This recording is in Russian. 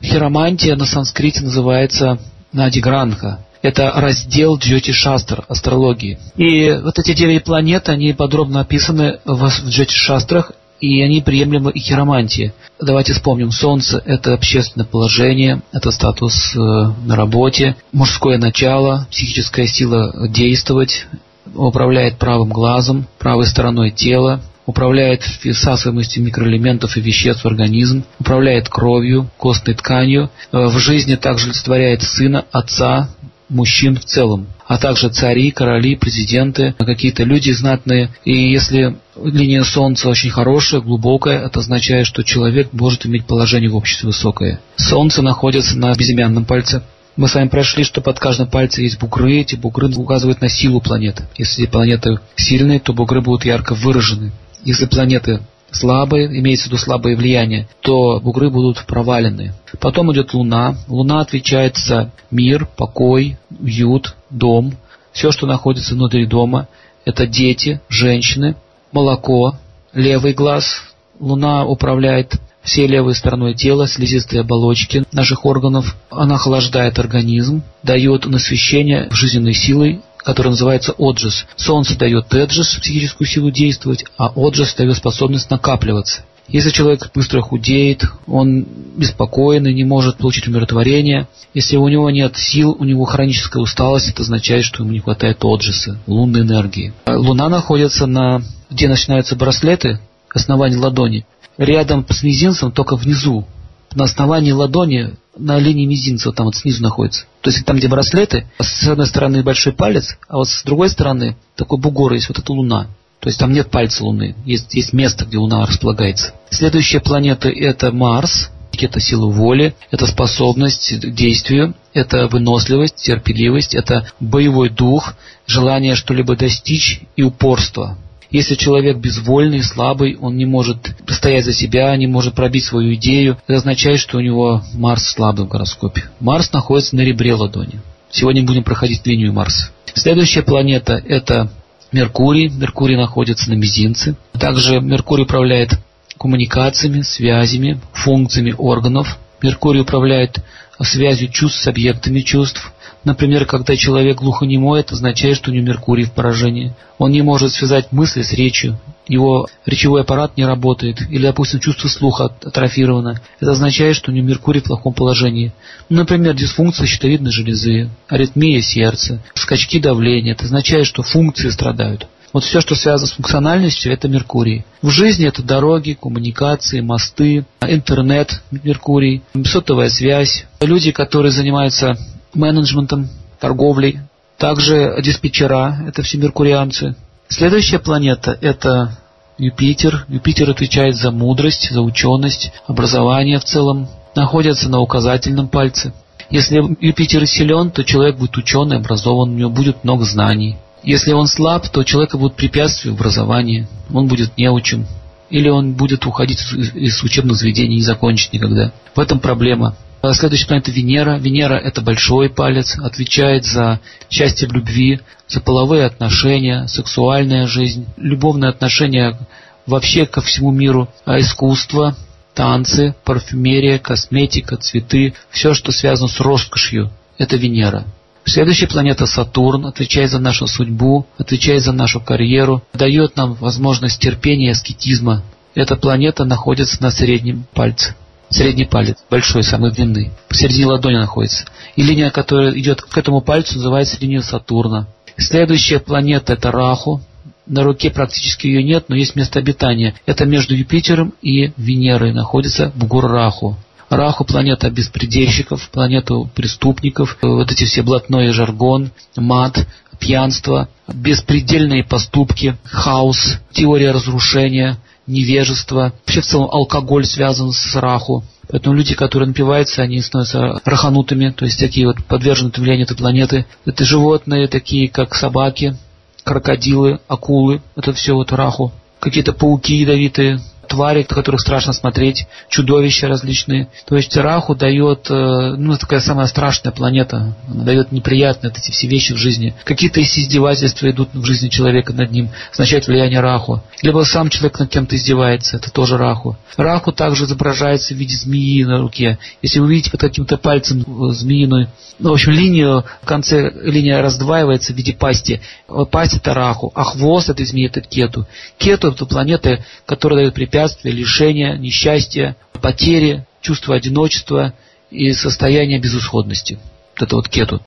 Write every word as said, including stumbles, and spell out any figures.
Хиромантия на санскрите называется Надигранха. Это раздел Джьотиш-шастр, астрологии. И вот эти девять планет, они подробно описаны в Джьотиш-шастрах, и они приемлемы и хиромантии. Давайте вспомним. Солнце – это общественное положение, это статус э, на работе, мужское начало, психическая сила действовать, управляет правым глазом, правой стороной тела, управляет всасываемостью микроэлементов и веществ в организм, управляет кровью, костной тканью, э, в жизни также олицетворяет сына, отца, мужчин в целом, а также цари, короли, президенты, какие-то люди знатные. И если линия Солнца очень хорошая, глубокая, это означает, что человек может иметь положение в обществе высокое. Солнце находится на безымянном пальце. Мы с вами прошли, что под каждым пальцем есть бугры. Эти бугры указывают на силу планеты. Если планеты сильные, то бугры будут ярко выражены. Если планеты слабые, имеется в виду слабое влияние, то бугры будут провалены. Потом идет Луна. Луна отвечает за мир, покой, уют, дом. Все, что находится внутри дома, это дети, женщины, молоко, левый глаз. Луна управляет всей левой стороной тела, слизистой оболочки наших органов. Она охлаждает организм, дает насыщение жизненной силой, который называется оджас. Солнце дает теджас, психическую силу действовать, а оджас дает способность накапливаться. Если человек быстро худеет, он беспокойный, не может получить умиротворение. Если у него нет сил, у него хроническая усталость, это означает, что ему не хватает оджаса, лунной энергии. Луна находится на, где начинаются браслеты, основание ладони, рядом с мизинцем, только внизу. На основании ладони, на линии мизинца, вот там вот снизу находится. То есть там, где браслеты, с одной стороны большой палец, а вот с другой стороны такой бугор есть, вот это Луна. То есть там нет пальца Луны, есть, есть место, где Луна располагается. Следующая планета – это Марс. Это сила воли, это способность к действию, это выносливость, терпеливость, это боевой дух, желание что-либо достичь и упорство. Если человек безвольный, слабый, он не может стоять за себя, не может пробить свою идею, это означает, что у него Марс слабый в гороскопе. Марс находится на ребре ладони. Сегодня будем проходить линию Марса. Следующая планета – это Меркурий. Меркурий находится на мизинце. Также Меркурий управляет коммуникациями, связями, функциями органов. Меркурий управляет связью чувств с объектами чувств. Например, когда человек глухонемой, это означает, что у него Меркурий в поражении. Он не может связать мысли с речью, его речевой аппарат не работает, или, допустим, чувство слуха атрофировано. Это означает, что у него Меркурий в плохом положении. Например, дисфункция щитовидной железы, аритмия сердца, скачки давления. Это означает, что функции страдают. Вот все, что связано с функциональностью, это Меркурий. В жизни это дороги, коммуникации, мосты, интернет, Меркурий, сотовая связь. Люди, которые занимаются менеджментом, торговлей, также диспетчера, это все меркурианцы. Следующая планета – это Юпитер. Юпитер отвечает за мудрость, за ученость, образование в целом. Находится на указательном пальце. Если Юпитер силен, то человек будет ученый, образован, у него будет много знаний. Если он слаб, то у человека будут препятствия в образовании, он будет неучим, или он будет уходить из учебных заведений и не закончит никогда. В этом проблема. Следующая планета Венера. Венера – это большой палец, отвечает за счастье в любви, за половые отношения, сексуальная жизнь, любовные отношения вообще ко всему миру, а искусство, танцы, парфюмерия, косметика, цветы, все, что связано с роскошью – это Венера. Следующая планета Сатурн отвечает за нашу судьбу, отвечает за нашу карьеру, дает нам возможность терпения и аскетизма. Эта планета находится на среднем пальце. Средний палец, большой, самый длинный, посередине ладони находится. И линия, которая идет к этому пальцу, называется линия Сатурна. Следующая планета – это Раху. На руке практически ее нет, но есть место обитания. Это между Юпитером и Венерой находится бугор Раху. Раху – планета беспредельщиков, планета преступников, вот эти все блатной жаргон, мат, пьянство, беспредельные поступки, хаос, теория разрушения, невежество. Вообще в целом алкоголь связан с Раху. Поэтому люди, которые напиваются, они становятся раханутыми, то есть такие вот подвержены влиянию этой планеты. Это животные, такие как собаки, крокодилы, акулы. Это все вот Раху. Какие-то пауки ядовитые, твари, которых страшно смотреть, чудовища различные. То есть Раху дает, ну, такая самая страшная планета, она дает неприятные эти все вещи в жизни. Какие-то издевательства идут в жизни человека над ним, означает влияние Раху. Либо сам человек над кем-то издевается, это тоже Раху. Раху также изображается в виде змеи на руке. Если вы видите под каким-то пальцем змеиную, ну, в общем, линию, в конце линия раздваивается в виде пасти. Пасть — это Раху, а хвост этой змеи — это Кету. Кету — это планета, которая дает препятствия, лишения, несчастья, потери, чувство одиночества и состояние безысходности. Вот это вот Кету.